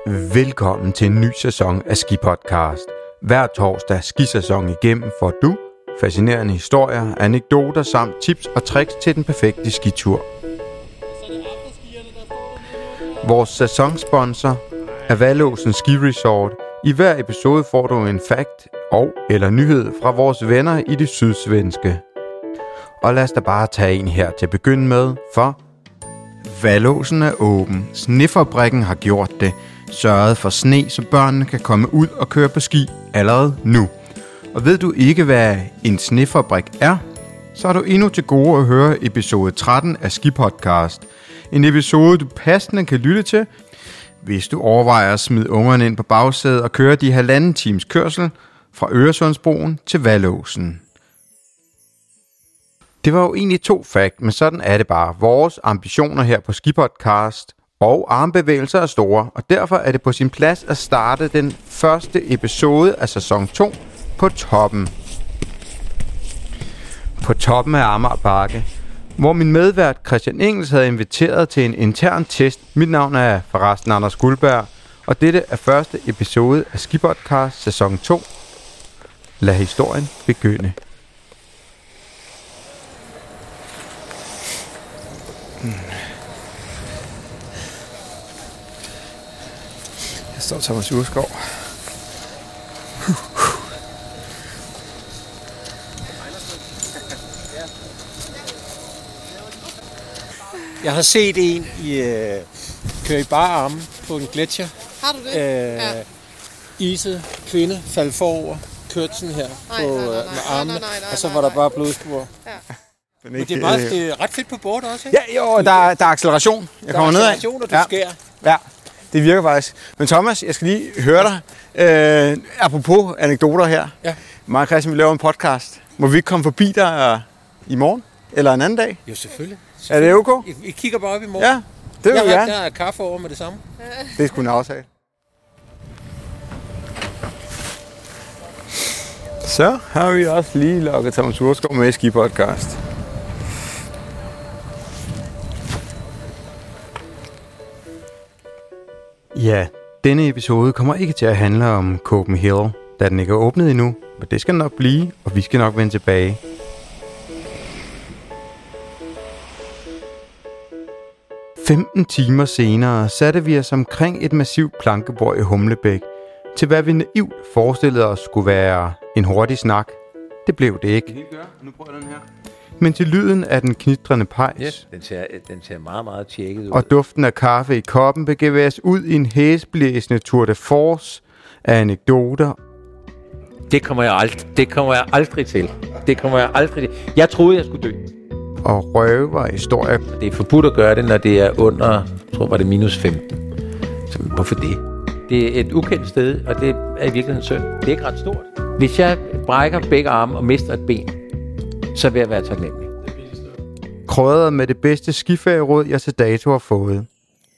Velkommen til en ny sæson af Skipodcast. Hver torsdag skisæson igennem får du fascinerende historier, anekdoter samt tips og tricks til den perfekte skitur. Vores sæsonsponsor er Vallåsen Ski Resort. I hver episode får du en fact og eller nyhed fra vores venner i det sydsvenske. Og lad os da bare tage en her til at begynde med, for Vallåsen er åben. Snefabrikken har gjort det. Sørget for sne, så børnene kan komme ud og køre på ski allerede nu. Og ved du ikke, hvad en snefabrik er, så er du endnu til gode at høre episode 13 af Skipodcast. En episode, du passende kan lytte til, hvis du overvejer at smide ungerne ind på bagsædet og køre de 1,5 times kørsel fra Øresundsbroen til Vallåsen. Det var jo egentlig 2 facts, men sådan er det bare. Vores ambitioner her på Skipodcast og armbevægelser er store, og derfor er det på sin plads at starte den første episode af sæson 2 på toppen. På toppen af Amager Bakke, hvor min medvært Christian Engels havde inviteret til en intern test. Mit navn er forresten Anders Guldberg, og dette er første episode af Skipodcast sæson 2. Lad historien begynde. Jeg står Thomas Urskov. Jeg har set en køre i bare arme på en gletsjer. Har du det? Ja. Iset kvinde faldt forover, kørte sådan her med armene, og så var der bare blodspor. Ja. Men det er ret fedt på board også, ikke? Ja, jo, der er acceleration. Jeg kommer nedad. Der er acceleration, og du skærer. Ja, det virker faktisk. Men Thomas, jeg skal lige høre dig. Apropos anekdoter her. Ja. Mig og Christian, vi laver en podcast. Må vi ikke komme forbi dig i morgen? Eller en anden dag? Jo, selvfølgelig. Er det okay? I kigger bare op i morgen. Ja, det vil jeg gerne. Der er kaffe over med det samme. Det er sgu en aftale. Så har vi også lige lukket Thomas Urskov med i Skipodcast. Ja, denne episode kommer ikke til at handle om Copenhagen, da den ikke er åbnet endnu, men det skal nok blive, og vi skal nok vende tilbage. "15 timer senere satte vi os omkring et massivt plankebord i Humlebæk, til hvad vi naivt forestillede os skulle være en hurtig snak. Det blev det ikke. Nu prøver jeg den her. Men til lyden af den knitrende pejs, yes, den ser meget, meget tjekket ud, og duften af kaffe i koppen, begav vi os ud i en hæsblæsende tour de force af anekdoter. Det kommer jeg aldrig til. Jeg troede, jeg skulle dø. Og røverhistorier. Det er forbudt at gøre det, når det er under, jeg tror, var det minus 15. Så hvorfor det? Det er et ukendt sted, og det er i virkeligheden synd. Det er ikke ret stort. Hvis jeg brækker begge arme og mister et ben, så vil jeg være taknemmelig. Krydret med det bedste skiferieråd, jeg til dato har fået.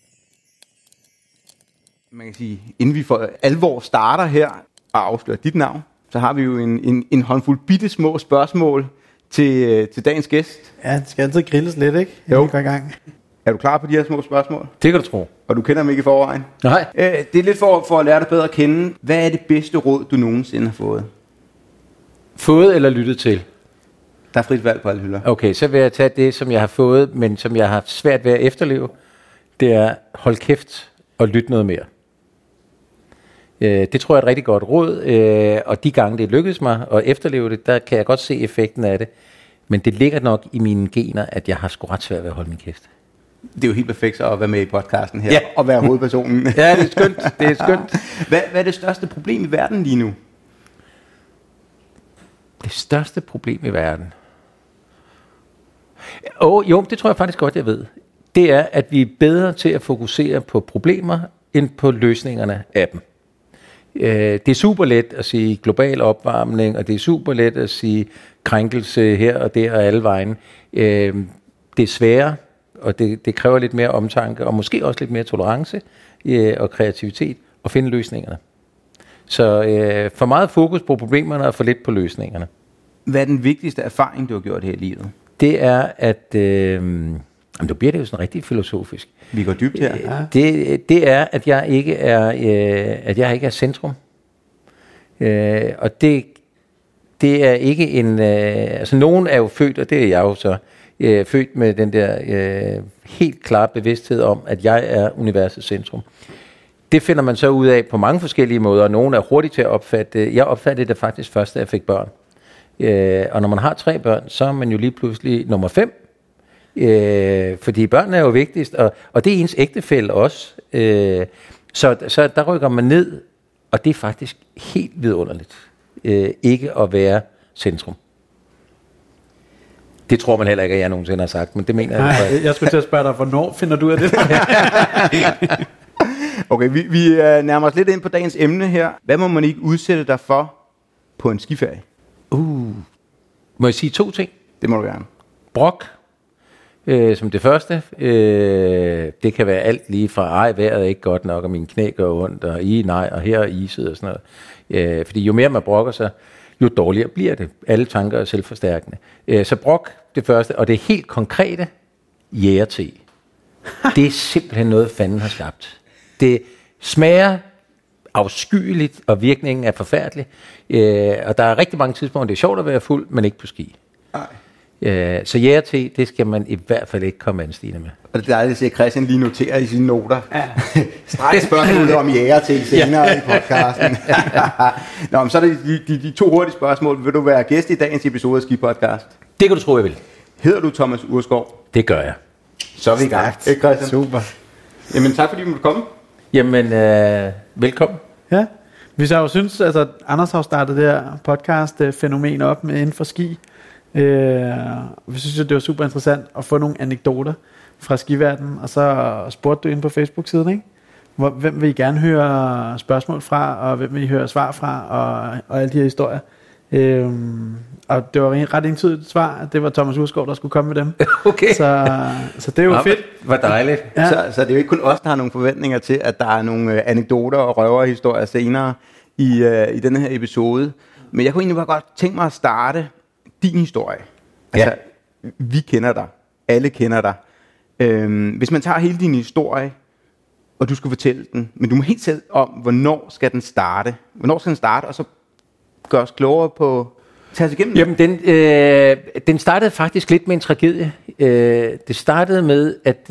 Man kan sige, inden vi for alvor starter her og afslører dit navn, så har vi jo en håndfuld bitte små spørgsmål til dagens gæst. Ja, det skal altid grilles lidt, ikke? Jo. I gang. Er du klar på de her små spørgsmål? Det kan du tro. Og du kender dem ikke i forvejen? Nej. Det er lidt for at lære dig bedre at kende. Hvad er det bedste råd, du nogensinde har fået? Fået eller lyttet til? Der er frit valg på alle hylder. Okay, så vil jeg tage det, som jeg har fået, men som jeg har haft svært ved at efterleve. Det er, hold kæft og lyt noget mere. Det tror jeg er et rigtig godt råd, og de gange det lykkedes mig at efterleve det, der kan jeg godt se effekten af det. Men det ligger nok i mine gener, at jeg har sgu ret svært ved at holde min kæft. Det er jo helt perfekt så at være med i podcasten her, ja, og være hovedpersonen. Ja, det er skønt. Hvad er det største problem i verden lige nu? Det største problem i verden? Jo, det tror jeg faktisk godt, jeg ved. Det er, at vi er bedre til at fokusere på problemer, end på løsningerne af dem. Det er super let at sige global opvarmning, og det er super let at sige krænkelse her og der og alle vejen. Det er sværere, og det kræver lidt mere omtanke, og måske også lidt mere tolerance og kreativitet at finde løsningerne. Så for meget fokus på problemerne og for lidt på løsningerne. Hvad er den vigtigste erfaring, du har gjort her i livet? Det er, Jamen, det bliver det jo sådan rigtig filosofisk. Vi går dybt her. Det er, at jeg ikke er centrum. Og det er ikke en... altså, nogen er jo født, og det er jeg jo så, født med den der helt klare bevidsthed om, at jeg er universets centrum. Det finder man så ud af på mange forskellige måder, og nogen er hurtigt til at opfatte. Jeg opfattede det faktisk først, da jeg fik børn. Og når man har 3 børn, så er man jo lige pludselig nummer 5. Fordi børnene er jo vigtigst, og det er ens ægtefælle også. Så der rykker man ned, og det er faktisk helt vidunderligt. Ikke at være centrum. Det tror man heller ikke, at jeg nogensinde har sagt, men det mener jeg. Nej, jeg skulle til at spørge dig, hvornår finder du af det? Okay, vi nærmer os lidt ind på dagens emne her. Hvad må man ikke udsætte dig for på en skiferie? Må jeg sige 2 ting? Det må du gerne. Brok, som det første. Det kan være alt lige fra, vejret er ikke godt nok, og mine knæ gør ondt, og nej, og her er iset og sådan noget. Fordi jo mere man brokker sig, jo dårligere bliver det. Alle tanker er selvforstærkende. Så brok, det første, og det helt konkrete, jægerte. Det er simpelthen noget, fanden har skabt. Det smager afskyeligt, og virkningen er forfærdelig. Og der er rigtig mange tidspunkter, det er sjovt at være fuld, men ikke på ski. Så jægerte, det skal man i hvert fald ikke komme anstigende med. Og det er dejligt at se, at Christian lige noterer i sine noter. Straks spørgsmålet om jægerte senere i podcasten. Nå, men så er det de 2 hurtige spørgsmål. Vil du være gæst i dagens episode af Ski Podcast? Det kan du tro, jeg vil. Hedder du Thomas Urskov? Det gør jeg. Så er vi i gang. Christian? Super. Jamen tak fordi du måtte komme. Jamen, velkommen. Ja, hvis jeg jo synes, altså Anders har startet det her podcast-fænomen op med inden for ski. Vi synes, det var super interessant at få nogle anekdoter fra skiverdenen, og så spurgte du ind på Facebook-siden, ikke? Hvem vil I gerne høre spørgsmål fra, og hvem vil I høre svar fra, og alle de her historier. Og det var ret entydigt svar, at det var Thomas Urskov, der skulle komme med dem. Okay. Så det er jo fedt. Var dejligt. Ja. Så det er jo ikke kun os, der har nogle forventninger til, at der er nogle anekdoter og røverhistorier senere i denne her episode. Men jeg kunne egentlig bare godt tænke mig at starte din historie. Altså, vi kender dig. Alle kender dig. Hvis man tager hele din historie, og du skal fortælle den, men du må helt selv om, hvornår skal den starte? Hvornår skal den starte, og så gør os klogere på... Tag os igennem. Jamen, den startede faktisk lidt med en tragedie. Det startede med, at...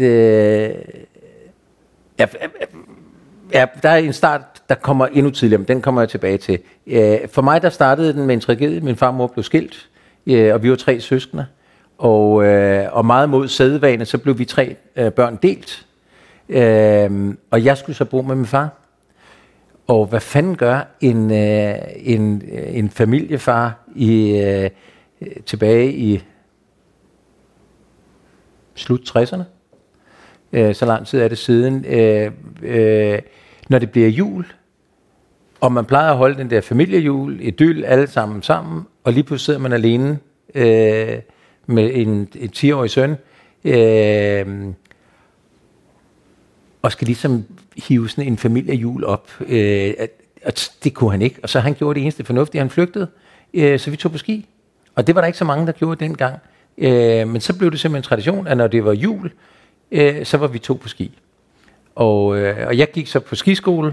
der er en start, der kommer endnu tidligere, men den kommer jeg tilbage til. For mig, der startede den med en tragedie. Min far og mor blev skilt, og vi var 3 søskende. Og meget mod sædvane, så blev vi 3 børn delt. Og jeg skulle så bo med min far. Og hvad fanden gør en familiefar tilbage i slut 60'erne? Så lang tid er det siden. Når det bliver jul, og man plejer at holde den der familiejul, idyll, alle sammen, og lige pludselig sidder man alene med en 10-årig søn, og skal ligesom hive sådan en familiejul op. Og det kunne han ikke. Og så han gjorde det eneste fornuftige, han flygtede. Så vi tog på ski. Og det var der ikke så mange, der gjorde dengang. Men så blev det simpelthen en tradition, at når det var jul, så var vi 2 på ski. Og jeg gik så på skiskole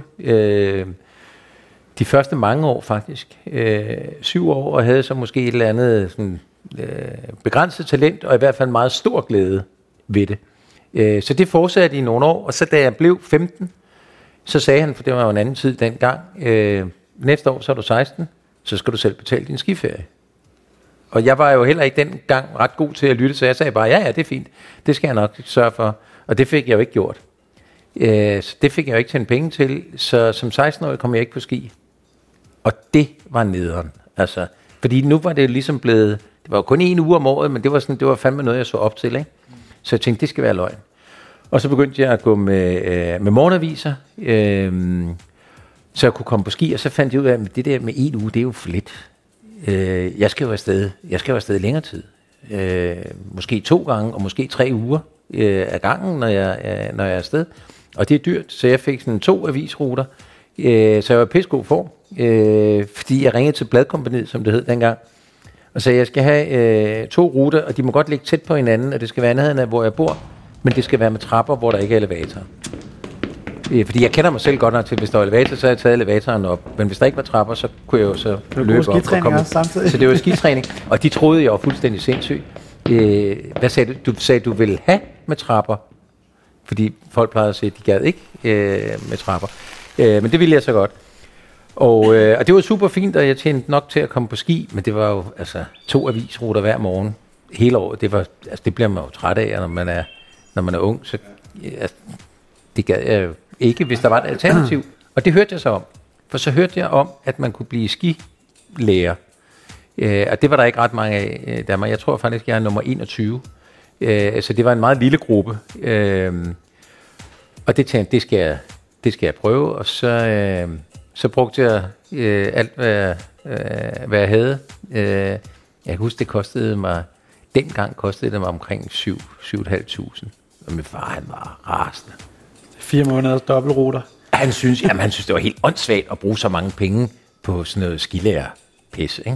de første mange år faktisk. 7 år, og havde så måske et eller andet sådan, begrænset talent, og i hvert fald en meget stor glæde ved det. Så det fortsatte i nogle år, og så da jeg blev 15, så sagde han, for det var jo en anden tid dengang, næste år så er du 16, så skal du selv betale din skiferie. Og jeg var jo heller ikke dengang ret god til at lytte, så jeg sagde bare, ja, det er fint, det skal jeg nok sørge for. Og det fik jeg jo ikke gjort. Så det fik jeg jo ikke tjent penge til, så som 16-årig kom jeg ikke på ski. Og det var nederen. Altså, fordi nu var det jo ligesom blevet, det var jo kun 1 uge om året, men det var fandme noget, jeg så op til, ikke? Så jeg tænkte, det skal være løgn. Og så begyndte jeg at gå med morgenaviser, så jeg kunne komme på ski, og så fandt jeg ud af, at det der med 1 uge, det er jo for lidt. Jeg skal jo afsted længere tid. Måske 2 gange, og måske 3 uger af gangen, når jeg er afsted. Og det er dyrt, så jeg fik sådan 2 avisruter. Så jeg var pissegod for, fordi jeg ringede til Bladkompaniet, som det hed dengang, og sagde, jeg skal have 2 ruter, og de må godt ligge tæt på hinanden, og det skal være nærheden af, hvor jeg bor. Men det skal være med trapper, hvor der ikke er elevator. Fordi jeg kender mig selv godt nok til, hvis der var elevator, så havde jeg taget elevatoren op. Men hvis der ikke var trapper, så kunne jeg jo så løbe op og komme. Så det var skitræning. Og de troede, jeg var fuldstændig sindssyg. Hvad sagde du? Du sagde, du ville have med trapper. Fordi folk plejede at sige, at de gad ikke med trapper. Men det ville jeg så godt. Og det var super fint, og jeg tjente nok til at komme på ski. Men det var jo 2 avisruter hver morgen. Hele året. Det bliver man jo træt af, når man er ung. Så det gad jeg jo ikke, hvis der var et alternativ. Og det hørte jeg så om. For så hørte jeg om, at man kunne blive skilærer. Og det var der ikke ret mange af i Danmark. Jeg tror faktisk, jeg er nummer 21. Så det var en meget lille gruppe. Og det tænkte det skal jeg prøve. Og så brugte jeg alt, hvad jeg havde. Jeg kan huske, dengang kostede det mig omkring 7.500. Og min far, han var rasende. 4 måneders dobbeltruter. Han synes, det var helt åndssvagt at bruge så mange penge på sådan noget skilærer-pis, ikke?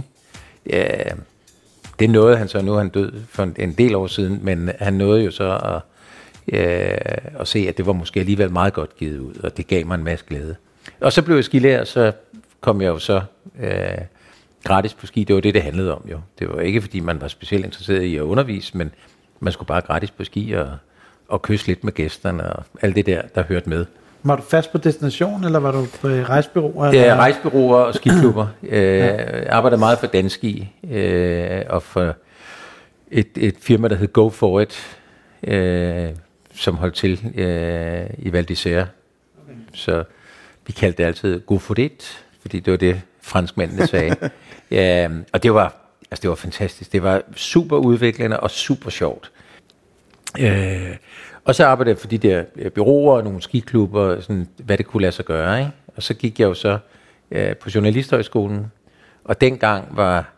Det nåede han så, nu er han død for en del år siden, men han nåede jo så at se, at det var måske alligevel meget godt givet ud, og det gav mig en masse glæde. Og så blev jeg skilærer, så kom jeg jo så gratis på ski. Det var det handlede om jo. Det var ikke, fordi man var specielt interesseret i at undervise, men man skulle bare gratis på ski og kysse lidt med gæsterne og alt det der hørte med. Var du fast på destination, eller var du på rejsebureauer? Ja, rejsebureauer og skiklubber. Jeg arbejdede meget for Danski og for et firma, der hed Go For It, som holdt til i Val d'Isère. Okay. Så vi kaldte det altid Go For It, fordi det var det, franskmændene sagde. Og det var fantastisk. Det var super udviklende og super sjovt. Og så arbejdede jeg for de der bureauer og nogle skiklubber, sådan, hvad det kunne lade sig gøre. Ikke? Og så gik jeg jo så på Journalisthøjskolen, og dengang var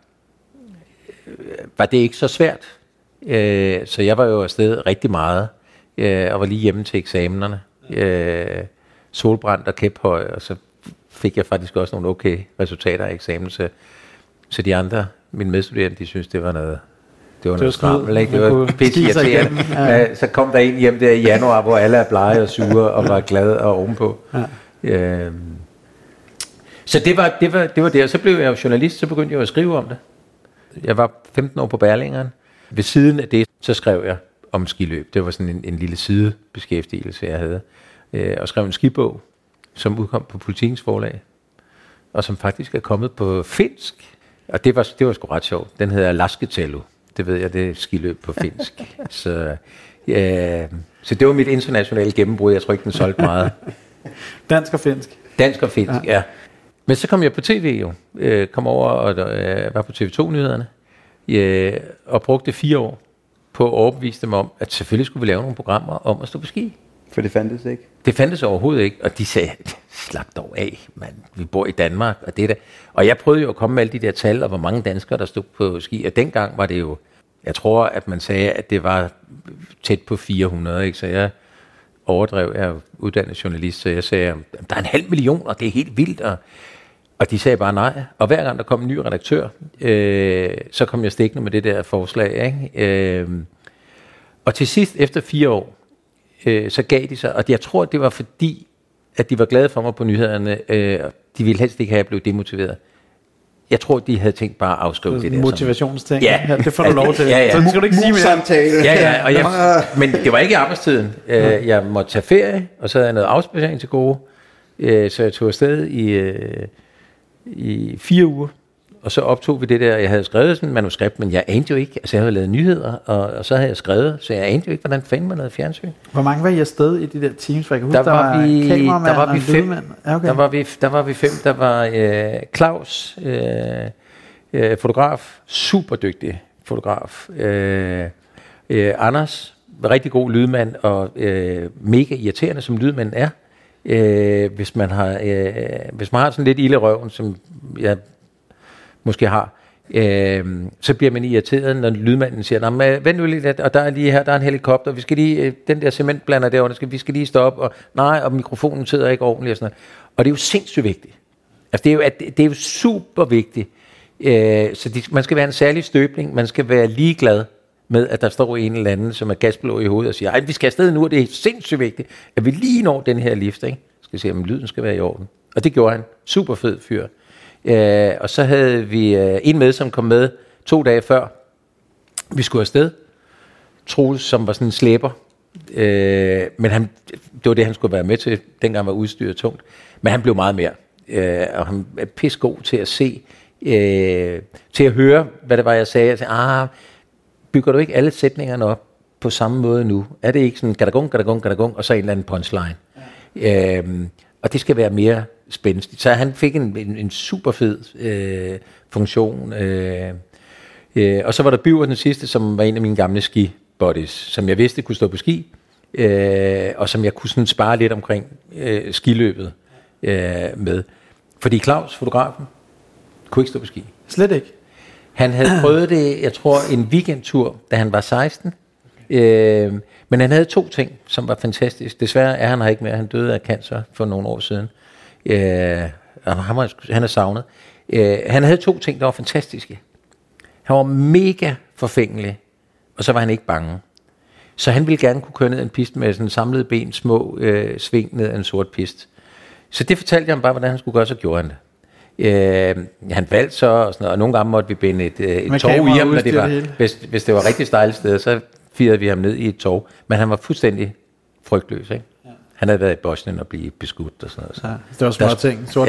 det ikke så svært. Så jeg var jo afsted rigtig meget, og var lige hjemme til eksamenerne. Solbrændt og kæphøj, og så fik jeg faktisk også nogle okay resultater af eksamen, så de andre, mine medstuderende, de synes det var noget skrammel, ikke? Det var pisse irriterende. Ja. Så kom der en hjem der i januar, hvor alle er blege og sure og var glade og ovenpå. Ja. Så det var det, og så blev jeg jo journalist, så begyndte jeg at skrive om det. Jeg var 15 år på Berlingeren. Ved siden af det, så skrev jeg om skiløb. Det var sådan en lille sidebeskæftigelse, jeg havde. Og skrev en skibog, som udkom på Politikens forlag, og som faktisk er kommet på finsk. Og det var sgu ret sjovt. Den hedder Lasketelu. Det ved jeg, det er skiløb på finsk. Så det var mit internationale gennembrud. Jeg tror ikke, den solgte meget. Dansk og finsk. Dansk og finsk, ja. Men så kom jeg på tv jo. Kom over og var på TV2-nyhederne. Og brugte 4 år på at overbevise dem om, at selvfølgelig skulle vi lave nogle programmer om at stå på ski. For det fandtes ikke? Det fandtes overhovedet ikke. Og de sagde, slap dog af, mand. Vi bor i Danmark, og det der. Og jeg prøvede jo at komme med alle de der tal, og hvor mange danskere, der stod på ski. Og dengang var det jo, jeg tror, at man sagde, at det var tæt på 400, ikke? Så jeg overdrev, jeg er uddannet journalist, så jeg sagde, der er 500.000, og det er helt vildt. Og de sagde bare nej. Og hver gang der kom en ny redaktør, så kom jeg stikkende med det der forslag, ikke? Og til sidst, efter 4 år, så gav de sig, og jeg tror, det var fordi, at de var glade for mig på nyhederne, de ville helst ikke have, at jeg blev demotiveret. Jeg tror, de havde tænkt bare at afskrive det der. Motivationsting. Ja. Det får du lov til. Ja. Så skal du ikke sige mere. Ja, men det var ikke i arbejdstiden. Jeg måtte tage ferie, og så havde jeg noget afspacering til gode. Så jeg tog afsted i 4 uger. Og så optog vi det der, jeg havde skrevet sådan et manuskript, men jeg anede jo ikke, altså jeg havde lavet nyheder, og så havde jeg skrevet, så jeg anede jo ikke, hvordan fanden man havde fjernsyn. Hvor mange var I afsted i de der teams? For jeg kan huske, der var kameramand og lydmand. Okay. Der var vi 5. Der var Claus, fotograf, super dygtig fotograf. Anders, rigtig god lydmand, og mega irriterende, som lydmanden er. Hvis man har sådan lidt ild i røven, som jeg måske har, så bliver man irriteret, når lydmanden siger, vent nu lidt, og der er lige her, der er en helikopter, vi skal lige, den der cementblander derovre, vi skal lige stoppe, og mikrofonen sidder ikke ordentligt, og sådan noget. Og det er jo sindssygt vigtigt. Altså, det er jo super vigtigt. Så man skal være en særlig støbning, man skal være ligeglad med, at der står en eller anden, som er gasblå i hovedet og siger, vi skal afsted nu, og det er sindssygt vigtigt, at vi lige når den her lift, ikke? Skal se, om lyden skal være i orden. Og det gjorde han. Super fed fyr. Og så havde vi en med, som kom med 2 dage før. Vi skulle afsted. Troels, som var sådan en slæber. Men det var det, han skulle være med til. Dengang var udstyret tungt. Men han blev meget mere. Og han er pissegod til at se, til at høre, hvad det var, jeg sagde. Jeg sagde, bygger du ikke alle sætningerne op på samme måde nu? Er det ikke sådan, gadagong, og så en eller anden punchline? Ja. Og det skal være mere spændende. Så han fik en super fed funktion. Og så var der Biver, den sidste, som var en af mine gamle ski-buddies, som jeg vidste kunne stå på ski, og som jeg kunne sådan spare lidt omkring skiløbet med. Fordi Claus, fotografen, kunne ikke stå på ski. Slet ikke? Han havde prøvet det, jeg tror, en weekendtur, da han var 16. Men han havde 2 ting, som var fantastisk. Desværre er han her ikke mere. Han døde af cancer for nogle år siden. Han er savnet. Han havde 2 ting, der var fantastiske. Han var mega forfængelig, og så var han ikke bange. Så han ville gerne kunne køre ned en piste med sådan samlede ben, små sving ned en sort piste. Så det fortalte jeg ham bare, hvordan han skulle gøre, så gjorde han det. Han valgte så, og, sådan noget, og nogle gange måtte vi binde et tog i ham, når det var, hvis det var rigtig stejle steder, så firede vi ham ned i et tog. Men han var fuldstændig frygtløs, ikke? Ja. Han havde været i Bosnien og blive beskudt og sådan noget. Så. Ja, det var små ting. Sort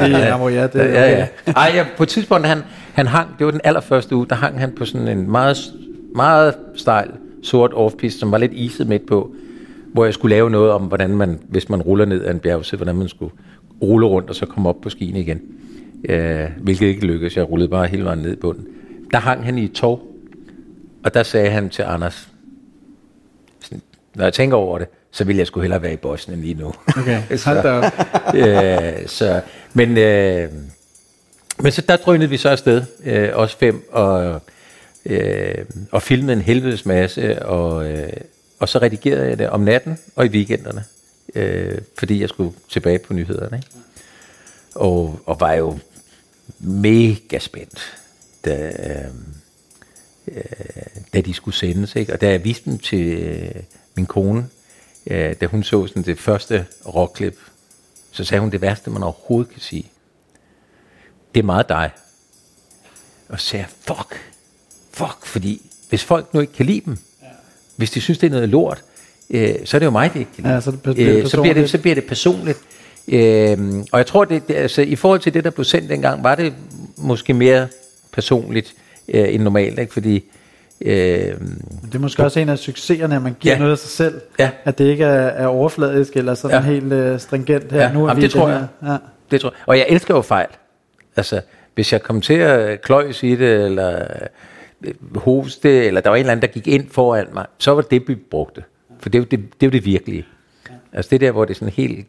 ja. På et tidspunkt, han hang, det var den allerførste uge, der hang han på sådan en meget, meget stejl sort off-piste, som var lidt iset midt på, hvor jeg skulle lave noget om, hvordan man, hvis man ruller ned ad en bjerg, hvordan man skulle rulle rundt og så komme op på skien igen. Hvilket ikke lykkedes. Jeg rullede bare hele vejen ned i bunden. Der hang han i et tog, og der sagde han til Anders, sådan, når jeg tænker over det, så ville jeg sgu hellere være i Bosnien lige nu. Okay, men så der drønede vi så afsted, os 5, og filmede en helvedes masse, og så redigerede jeg det om natten og i weekenderne, fordi jeg skulle tilbage på nyhederne, ikke? Og var jo mega spændt, da de skulle sendes, ikke? Og da jeg viste dem til min kone, da hun så sådan det første rockklip, så sagde hun, det værste, man overhovedet kan sige, det er meget dig. Og så sagde jeg, fuck, fordi hvis folk nu ikke kan lide dem, hvis de synes, det er noget lort, så er det jo mig, det ikke kan lide. Ja, så bliver det personligt. Og jeg tror, altså, i forhold til det, der blev sendt dengang, var det måske mere personligt end normalt, ikke? Fordi det er måske også en af succeserne, at man giver noget af sig selv, at det ikke er overfladisk eller sådan helt stringent her. Nu det tror jeg. Ja. Det tror jeg. Og jeg elsker jo fejl. Altså, hvis jeg kom til at kløjs i det, eller hoste, eller der var en eller anden, der gik ind foran mig, så var det, vi brugte. For det er jo det virkelige. Altså det der, hvor det er sådan helt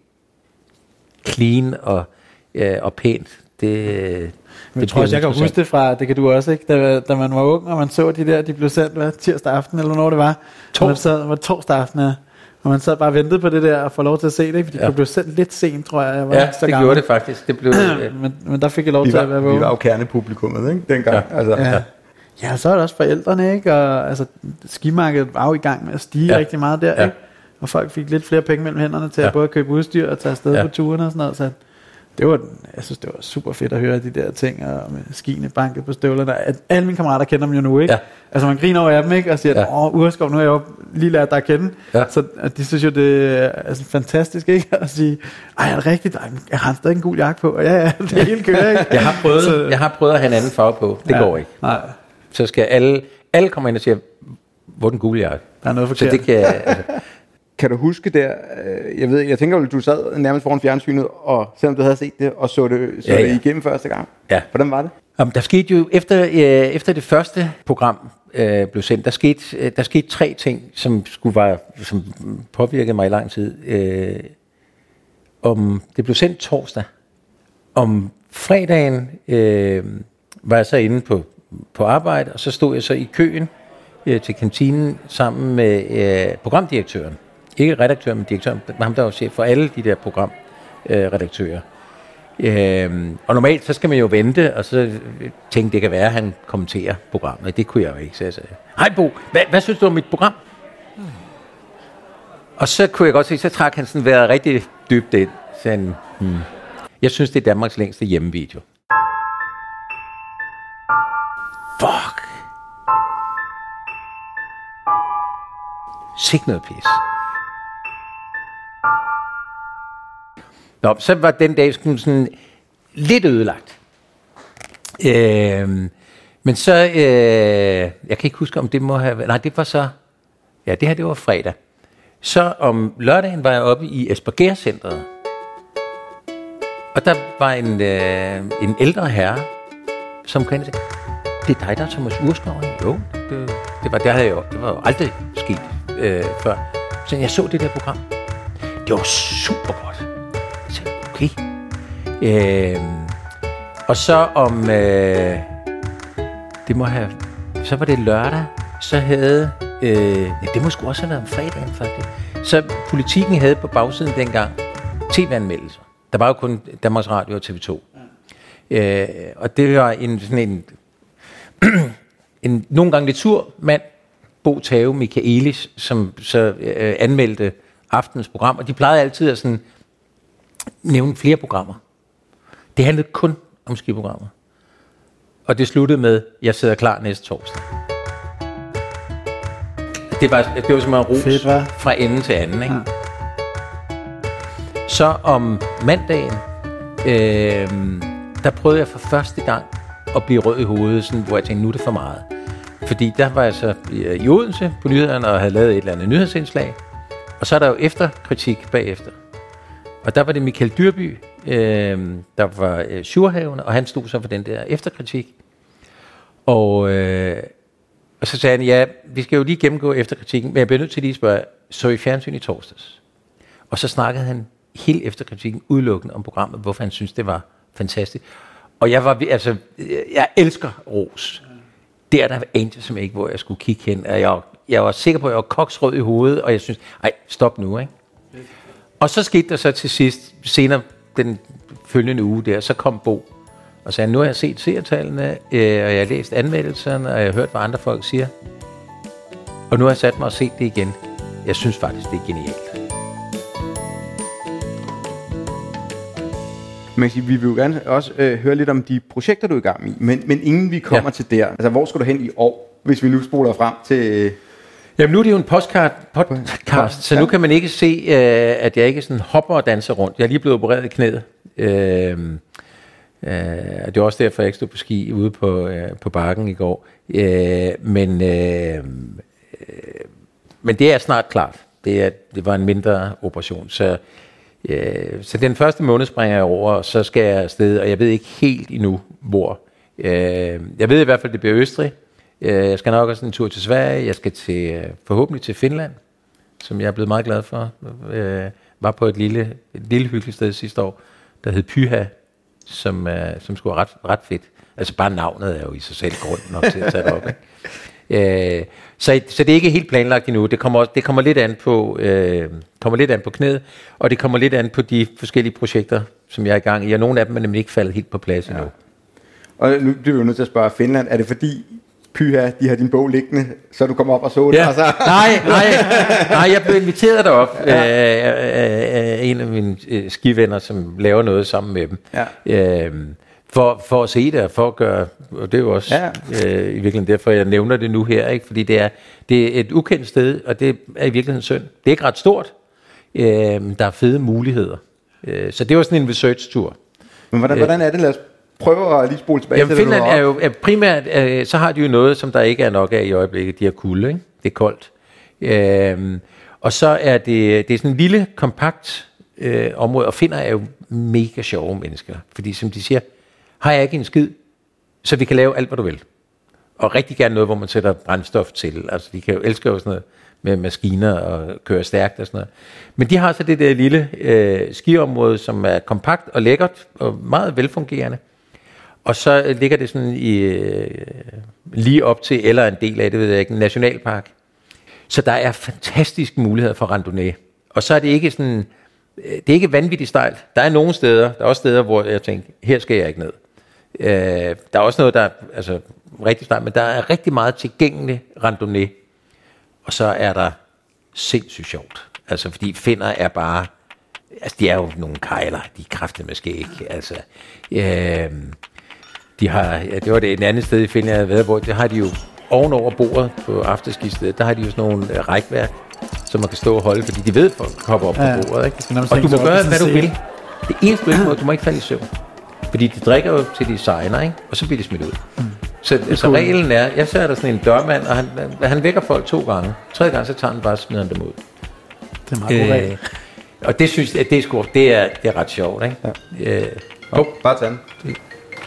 clean og pænt, det jeg tror også, jeg kan huske det fra, det kan du også, ikke? Da man var ung, og man så de blev sendt tirsdag aften, eller når det var. Torsdag aften, ja. Og man sad bare og ventede på det der, og få lov til at se det, ikke? Fordi det blev sendt lidt sent, tror jeg. Det gjorde det faktisk. Det blev, men der fik jeg lov til at være vågen. Vi var jo kernepublikummet, ikke? Dengang. Ja. Altså. Ja, så er det også forældrene, ikke? Og altså, skimarkedet var jo i gang med at stige rigtig meget der, ikke? Og folk fik lidt flere penge mellem hænderne til at både købe udstyr og tage afsted på turen og sådan noget, så jeg synes, det var super fedt at høre de der ting, og med skiene banket på støvlerne. Alle mine kammerater kender dem jo nu, ikke? Ja. Altså man griner over dem, ikke? Og siger, Ureskov, nu er jeg jo lige lært dig at kende. Ja. Så de synes jo, det er altså, fantastisk, ikke? At sige, er det rigtigt? Jeg har stadig en gul jakke på. Og ja, det er helt kører, ikke? Jeg har prøvet at have en anden farve på. Det går ikke. Nej. Så skal alle komme ind og sige, hvor den gule jakke. Der er noget forkert. Så det kan Kan du huske der, jeg tænker jo, du sad nærmest foran fjernsynet, og selvom du havde set det, og så det igennem første gang. Ja. Hvordan var det? Der skete jo, efter det første program blev sendt, der skete 3 ting, som påvirkede mig i lang tid. Det blev sendt torsdag. Om fredagen var jeg så inde på arbejde, og så stod jeg så i køen til kantinen sammen med programdirektøren. Ikke redaktøren, men direktøren, ham der var chef for alle de der programredaktører. Og normalt så skal man jo vente, og så tænke, det kan være, at han kommenterer programmet. Det kunne jeg jo ikke, så jeg sagde, hej Bo, hvad synes du om mit program? Og så kunne jeg godt se, så trak han sådan været rigtig dybt ind. Så han, jeg synes, det er Danmarks længste hjemmevideo. Fuck! Sikke noget pis. Nå, så var den dag sådan lidt ødelagt. Men så, jeg kan ikke huske, om det må have været, nej, det var så, ja, det her, det var fredag. Så om lørdagen var jeg oppe i Espergærcentret. Og der var en ældre herre, som kendte sig. Det er dig, der er Thomas Urskov, ikke? Jo, det var jo aldrig sket før. Så jeg så det der program. Det var super godt. Så okay. Og så om det må have, så var det lørdag, så havde det må sgu også have været om fredagen faktisk. Så Politikken havde på bagsiden dengang tv-anmeldelser. Der var jo kun Danmarks Radio og TV2. Og det var en nogle gange lidt sur mand, Bo Tave Michaelis, som så anmeldte aftenens program, og de plejede altid at sådan nævne flere programmer. Det handlede kun om skiprogrammer. Og det sluttede med, jeg sidder klar næste torsdag. Det var simpelthen ros fra ende til anden, ikke? Ja. Så om mandagen, der prøvede jeg for første gang at blive rød i hovedet, sådan, hvor jeg tænkte, nu er det for meget. Fordi der var jeg så i Odense på nyhederne og havde lavet et eller andet nyhedsindslag. Og så er der jo efterkritik bagefter. Og der var det Michael Dyrby, der var Sjurhavn, og han stod så for den der efterkritik. Og så sagde han, ja, vi skal jo lige gennemgå efterkritikken, men jeg bliver nødt til lige at spørge, så I fjernsyn i torsdags? Og så snakkede han hele efterkritikken udelukkende om programmet, hvorfor han synes det var fantastisk. Og jeg elsker ros. Der anede som ikke, hvor jeg skulle kigge hen. Jeg var sikker på, at jeg var koksrød i hovedet, og jeg synes, stop nu, ikke? Og så skete der så til sidst, senere den følgende uge der, så kom Bo og sagde, nu har jeg set seertallene, og jeg har læst anmeldelserne, og jeg har hørt, hvad andre folk siger. Og nu har jeg sat mig og set det igen. Jeg synes faktisk, det er genialt. Men vi vil jo gerne også høre lidt om de projekter, du er i gang i, men inden vi kommer til der, altså hvor skal du hen i år, hvis vi nu spoler frem til... Jamen nu er det jo en podcast, så nu kan man ikke se, at jeg ikke sådan hopper og danser rundt. Jeg er lige blevet opereret i knæet. Det er også derfor, jeg ikke stod på ski ude på bakken i går. Men det er snart klart. Det var en mindre operation, så den første måned springer jeg over, og så skal jeg afsted, og jeg ved ikke helt endnu, hvor. Jeg ved i hvert fald, det bliver Østrig. Jeg skal nok også en tur til Sverige. Jeg skal forhåbentlig til Finland, som jeg er blevet meget glad for. Var på et lille hyggeligt sted sidste år, der hed Pyha, som skulle være ret fedt. Altså bare navnet er jo i sig selv grund nok til at tage det op, ikke? Så det er ikke helt planlagt endnu. Det kommer lidt an på knæet, og det kommer lidt an på de forskellige projekter, som jeg er i gang i. Og nogle af dem er nemlig ikke faldet helt på plads endnu. Og nu bliver vi jo nødt til at spørge Finland. Er det fordi Pyha, de har din bog liggende, så du kommer op og så det? Ja. Altså. Nej, jeg blev inviteret derop af en af mine skivenner, som laver noget sammen med dem. Ja. For at se det, og for at gøre, og det er jo også i virkeligheden derfor, jeg nævner det nu her, ikke? Fordi det er et ukendt sted, og det er i virkeligheden synd. Det er ikke ret stort. Der er fede muligheder. Så det var sådan en research-tur. Men hvordan er det? Lad os prøve at lige spole tilbage til det. Finland er jo primært, så har de jo noget, som der ikke er nok af i øjeblikket. De har kulde, ikke? Det er koldt. Og så er det er sådan en lille, kompakt område, og finner er jo mega sjove mennesker. Fordi som de siger, har jeg ikke en skid, så vi kan lave alt, hvad du vil. Og rigtig gerne noget, hvor man sætter brændstof til. Altså, de kan jo elske jo sådan noget med maskiner og køre stærkt og sådan noget. Men de har så det der lille skiområde, som er kompakt og lækkert og meget velfungerende. Og så ligger det sådan lige op til, eller en del af det, ved jeg ikke, en nationalpark. Så der er fantastiske muligheder for randonnée. Og så er det ikke sådan det er ikke vanvittigt stejlt. Der er nogle steder, der er også steder, hvor jeg tænker, her skal jeg ikke ned. Der er også noget, der er altså, rigtig stejlt, men der er rigtig meget tilgængelig randonnée. Og så er der sindssygt sjovt. Altså, fordi finner er bare, altså de er jo nogle kejler, de er kraftedeme skæg. Altså, de har, det var det et andet sted i Finland, jeg havde været, hvor der har de jo ovenover bordet på afterskistedet, der har de jo sådan nogle rækværk, som man kan stå og holde, fordi de ved, at folk hopper op på bordet. Ikke? Og du må gøre, hvad du vil. Det eneste du må ikke falde i søvn. Fordi de drikker jo til de signer, ikke? Og så bliver de smidt ud. Så reglen er, jeg ser der sådan en dørmand, og han vækker folk 2 gange. 3. gang, så tager han bare og smider dem ud. Det er meget god regel. Og det synes jeg, det er ret sjovt, ikke? Ja. Bare tag den.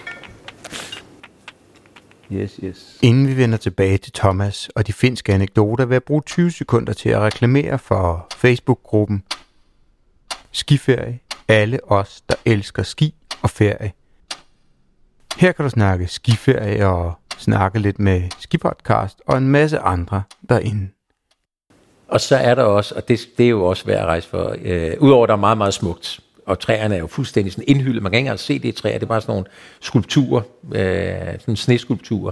Yes. Inden vi vender tilbage til Thomas og de finske anekdoter, vil jeg bruge 20 sekunder til at reklamere for Facebook-gruppen Skiferie. Alle os, der elsker ski og ferie. Her kan du snakke skiferie og snakke lidt med skipodcast og en masse andre derinde. Og så er der også, og det er jo også værd at rejse for, udover der er meget, meget smukt, og træerne er jo fuldstændig sådan indhyldet, man kan ikke engang se det i træer, det er bare sådan nogle skulpturer, sådan sneskulpturer.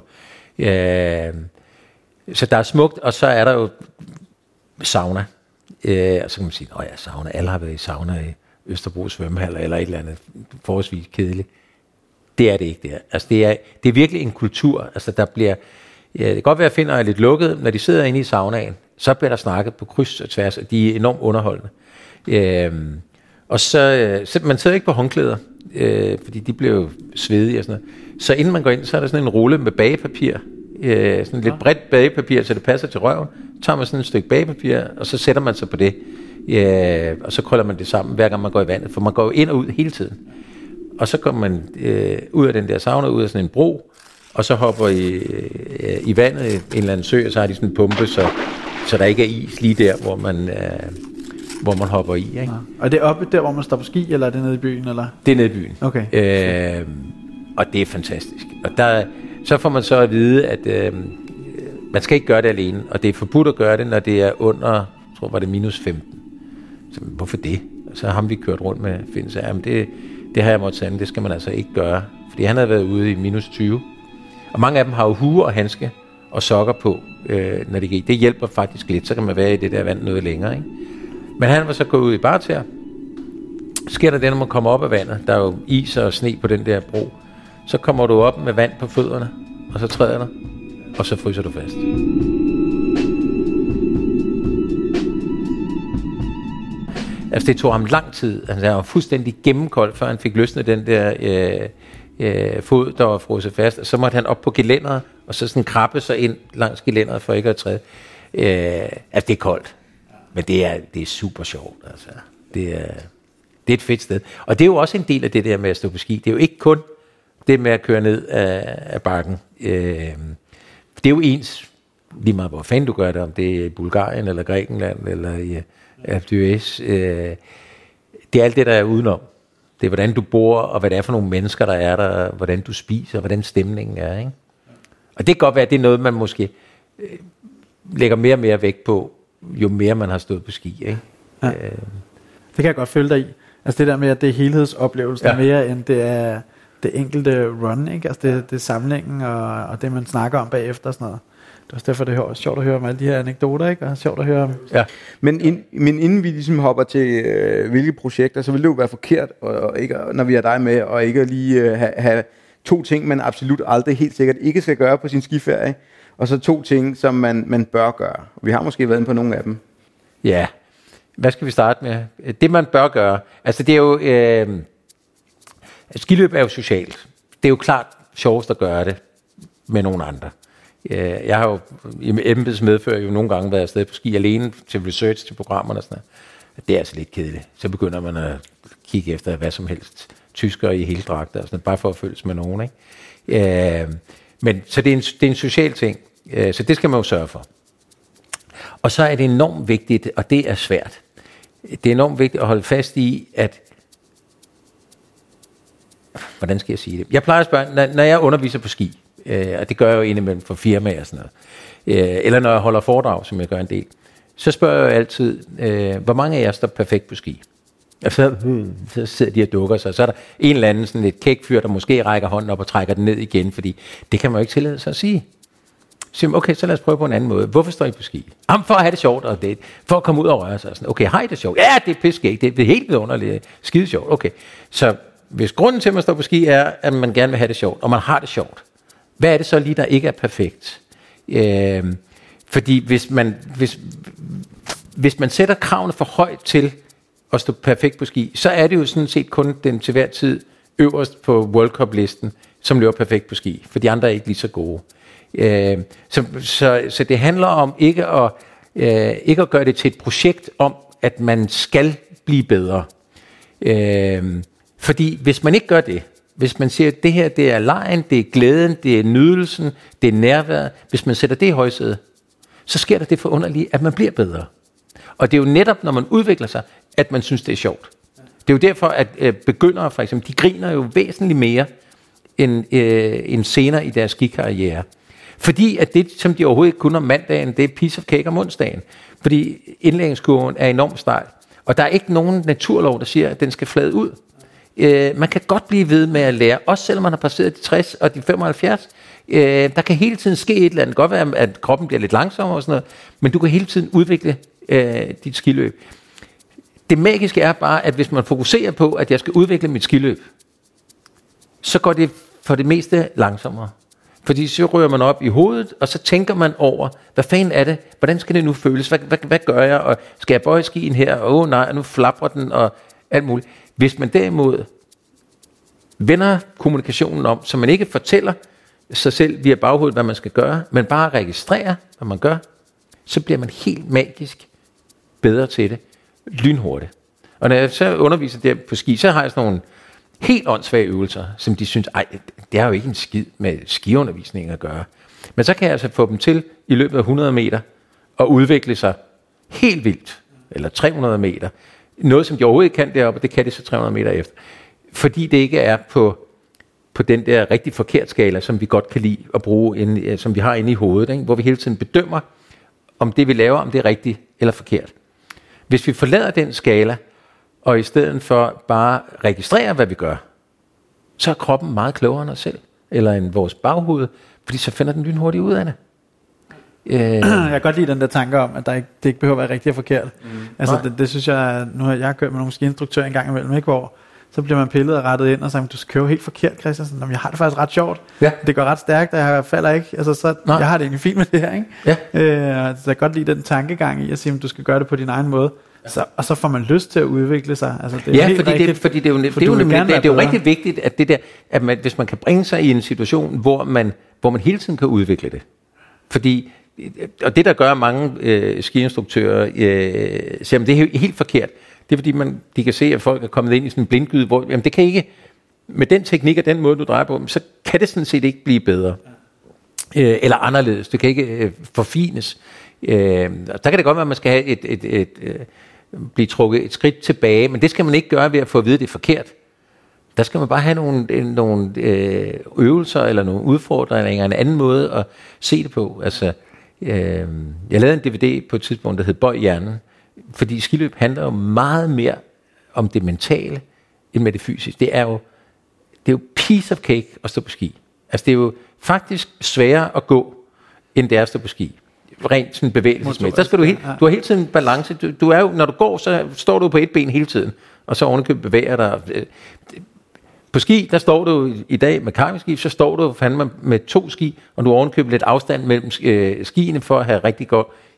Så der er smukt, og så er der jo sauna. Og så kan man sige, sauna, alle har været i sauna i Østerbro svømmehal eller et eller andet forholdsvis kedeligt. Det er det ikke der. Altså det er virkelig en kultur. Altså der bliver, det kan godt være, at finder er lidt lukket, når de sidder inde i saunaen, så bliver der snakket på kryds og tværs, og de er enormt underholdende. Og så man sidder ikke på håndklæder, fordi de bliver jo svedige og sådan noget. Så inden man går ind, så er der sådan en rulle med bagepapir, sådan lidt bredt bagepapir, så det passer til røven. Så tager man sådan et stykke bagepapir, og så sætter man sig på det. Og så krøller man det sammen, hver gang man går i vandet, for man går jo ind og ud hele tiden. Og så kommer man ud af den der sauna, ud af sådan en bro, og så hopper i vandet en eller anden sø, og så har de sådan en pumpe, så der ikke er is lige der, hvor man hopper i. Ikke? Ja. Og er det oppe der, hvor man står på ski, eller er det nede i byen? Eller? Det er nede i byen. Okay. Og det er fantastisk. Og så får man så at vide, at man skal ikke gøre det alene, og det er forbudt at gøre det, når det er under, jeg tror var det minus 15. Så hvorfor det? Så har vi kørt rundt med Finn, så jamen det har jeg måttet sande, det skal man altså ikke gøre. Fordi han havde været ude i minus 20. Og mange af dem har jo hue og handske og sokker på, når de gik. Det hjælper faktisk lidt, så kan man være i det der vand noget længere. Ikke? Men han var så gået ud i barter. Sker der det, når man kommer op af vandet, der er jo is og sne på den der bro, så kommer du op med vand på fødderne, og så træder du, og så fryser du fast. Altså det tog ham lang tid. Altså, han var fuldstændig gennemkold, før han fik løsnet den der fod, der var frosset fast. Og så måtte han op på gelænderet, og så sådan krabbe sig ind langs gelænderet, for ikke at træde. Altså det er koldt. Men det er super sjovt. Altså. Det er et fedt sted. Og det er jo også en del af det der med at stå på ski. Det er jo ikke kun det med at køre ned af bakken. Det er jo ens, lige meget hvor fanden du gør det, om det er i Bulgarien, eller Grækenland, eller i Alpe d'Huez. Det er alt det, der er udenom. Det er, hvordan du bor, og hvad det er for nogle mennesker, der er der, hvordan du spiser, hvordan stemningen er. Ikke? Og det kan godt være, at det er noget, man måske lægger mere og mere vægt på, jo mere man har stået på ski. Ikke? Ja. Det kan jeg godt følge dig i. Altså det der med, at det er helhedsoplevelsen mere, end det er det enkelte run. Ikke? Altså det er samlingen, og det man snakker om bagefter og sådan noget. Det er også derfor, det er sjovt at høre om alle de her anekdoter, ikke? Og sjovt at høre om... Ja. Men inden vi ligesom hopper til hvilke projekter, så vil det jo være forkert, og ikke, når vi har dig med, og ikke lige have 2 ting, man absolut aldrig helt sikkert ikke skal gøre på sin skiferie, og så 2 ting, som man bør gøre. Vi har måske været inde på nogle af dem. Ja, hvad skal vi starte med? Det man bør gøre, altså det er jo... skiløb er jo socialt. Det er jo klart sjovest at gøre det med nogle andre. Jeg har jo i embedsmedfør jo nogle gange været afsted på ski alene til research til programmerne og sådan noget. Det er altså lidt kedeligt. Så begynder man at kigge efter hvad som helst. Tyskere i hele dragter og sådan noget, bare for at følges med nogen. Ikke? Men så det er en social ting. Så det skal man jo sørge for. Og så er det enormt vigtigt, og det er svært. Det er enormt vigtigt at holde fast i, at hvordan skal jeg sige det? Jeg plejer at spørge, når jeg underviser på ski, og det gør jeg jo indimellem for firmaer og sådan noget, eller når jeg holder foredrag, som jeg gør en del, så spørger jeg jo altid, hvor mange af jer står perfekt på ski? Og så sidder de og dukker sig, og så er der en eller anden sådan lidt kæk fyr, der måske rækker hånden op og trækker den ned igen, fordi det kan man jo ikke tillade sig at sige. Så okay, så lad os prøve på en anden måde. Hvorfor står I på ski? For at have det sjovt, og det, for at komme ud og røre sig. Sådan. Okay, har I det sjovt? Ja, det er piskægt, det er helt vidunderligt, skide sjovt. Okay, så hvis grunden til, at man står på ski, er, at man gerne vil have det sjovt, og man har det sjovt, hvad er det så lige, der ikke er perfekt? Fordi hvis man sætter kravene for højt til at stå perfekt på ski, så er det jo sådan set kun den til hver tid øverst på World Cup-listen, som løber perfekt på ski, for de andre er ikke lige så gode. Så det handler om ikke at gøre det til et projekt om, at man skal blive bedre. Fordi hvis man ikke gør det, hvis man siger, at det her det er legen, det er glæden, det er nydelsen, det er nærværet, hvis man sætter det i højsædet, så sker der det forunderlige, at man bliver bedre. Og det er jo netop, når man udvikler sig, at man synes, det er sjovt. Det er jo derfor, at begyndere for eksempel, de griner jo væsentligt mere end senere i deres skikarriere. Fordi at det, som de overhovedet ikke kunne om mandagen, det er piece of cake om onsdagen. Fordi indlæringskurven er enormt stejl. Og der er ikke nogen naturlov, der siger, at den skal flade ud. Man kan godt blive ved med at lære, også selvom man har passeret de 60 og de 75. Der kan hele tiden ske et eller andet. Det kan godt være, at kroppen bliver lidt langsommere og sådan noget, men du kan hele tiden udvikle dit skiløb. Det magiske er bare, at hvis man fokuserer på, at jeg skal udvikle mit skiløb, så går det for det meste langsommere. Fordi så rører man op i hovedet, og så tænker man over, hvad fanden er det? Hvordan skal det nu føles? Hvad gør jeg? Og skal jeg bøje skien her? Nej, nu flapper den og alt muligt. Hvis man derimod vender kommunikationen om, så man ikke fortæller sig selv via baghovedet, hvad man skal gøre, men bare registrerer, hvad man gør, så bliver man helt magisk bedre til det, lynhurtigt. Og når jeg så underviser der på ski, så har jeg sådan nogle helt åndssvage øvelser, som de synes, det har jo ikke en skid med skiundervisning at gøre. Men så kan jeg altså få dem til i løbet af 100 meter at udvikle sig helt vildt, eller 300 meter. Noget, som de overhovedet ikke kan deroppe, og det kan de så 300 meter efter. Fordi det ikke er på den der rigtig forkert skala, som vi godt kan lide at bruge, som vi har inde i hovedet, ikke? Hvor vi hele tiden bedømmer, om det vi laver, om det er rigtigt eller forkert. Hvis vi forlader den skala, og i stedet for bare registrere, hvad vi gør, så er kroppen meget klogere end os selv, eller end vores baghoved, fordi så finder den lynhurtigt ud af det. Jeg kan godt lide den der tanke om, at det ikke behøver at være rigtigt og forkert. Altså det synes jeg, nu har jeg kørt med nogle skiinstruktører en gang imellem, ikke, hvor så bliver man pillet og rettet ind og sagt, du skal køre helt forkert, Christian. Jeg har det faktisk ret sjovt. Ja. Det går ret stærkt, og jeg falder ikke. Altså, så jeg har det egentlig fint med det her. Ikke? Ja. Så jeg kan godt lide den tankegang i at sige, at du skal gøre det på din egen måde. Og så får man lyst til at udvikle sig. Altså, det er fordi det er jo rigtig vigtigt, at det der, at man, hvis man kan bringe sig i en situation, hvor man hele tiden kan udvikle det. Fordi, og det der gør mange skiinstruktører, siger, det er helt forkert. Det er fordi, de kan se, at folk er kommet ind i sådan en blindgyde, hvor jamen, det kan ikke, med den teknik og den måde, du drejer på, så kan det sådan set ikke blive bedre. Eller anderledes. Det kan ikke forfines. Der kan det godt være, at man skal have blive trukket et skridt tilbage, men det skal man ikke gøre ved at få at vide, at det er forkert. Der skal man bare have nogle øvelser eller nogle udfordringer, en anden måde at se det på. Altså, jeg lavede en DVD på et tidspunkt, der hed Bøj hjernen, fordi skiløb handler jo meget mere om det mentale, end med det fysiske. Det er jo piece of cake at stå på ski. Altså det er jo faktisk sværere at gå, end det er at stå på ski. Rent sådan bevægelsesmæssigt. Der skal du har hele tiden balance. Du er jo, når du går, så står du på et ben hele tiden, og så ovenikøbet bevæger dig. På ski, der står du i dag med karmiski, så står du fandme med 2 ski, og du ovenikøbet lidt afstand mellem skiene for at have rigtig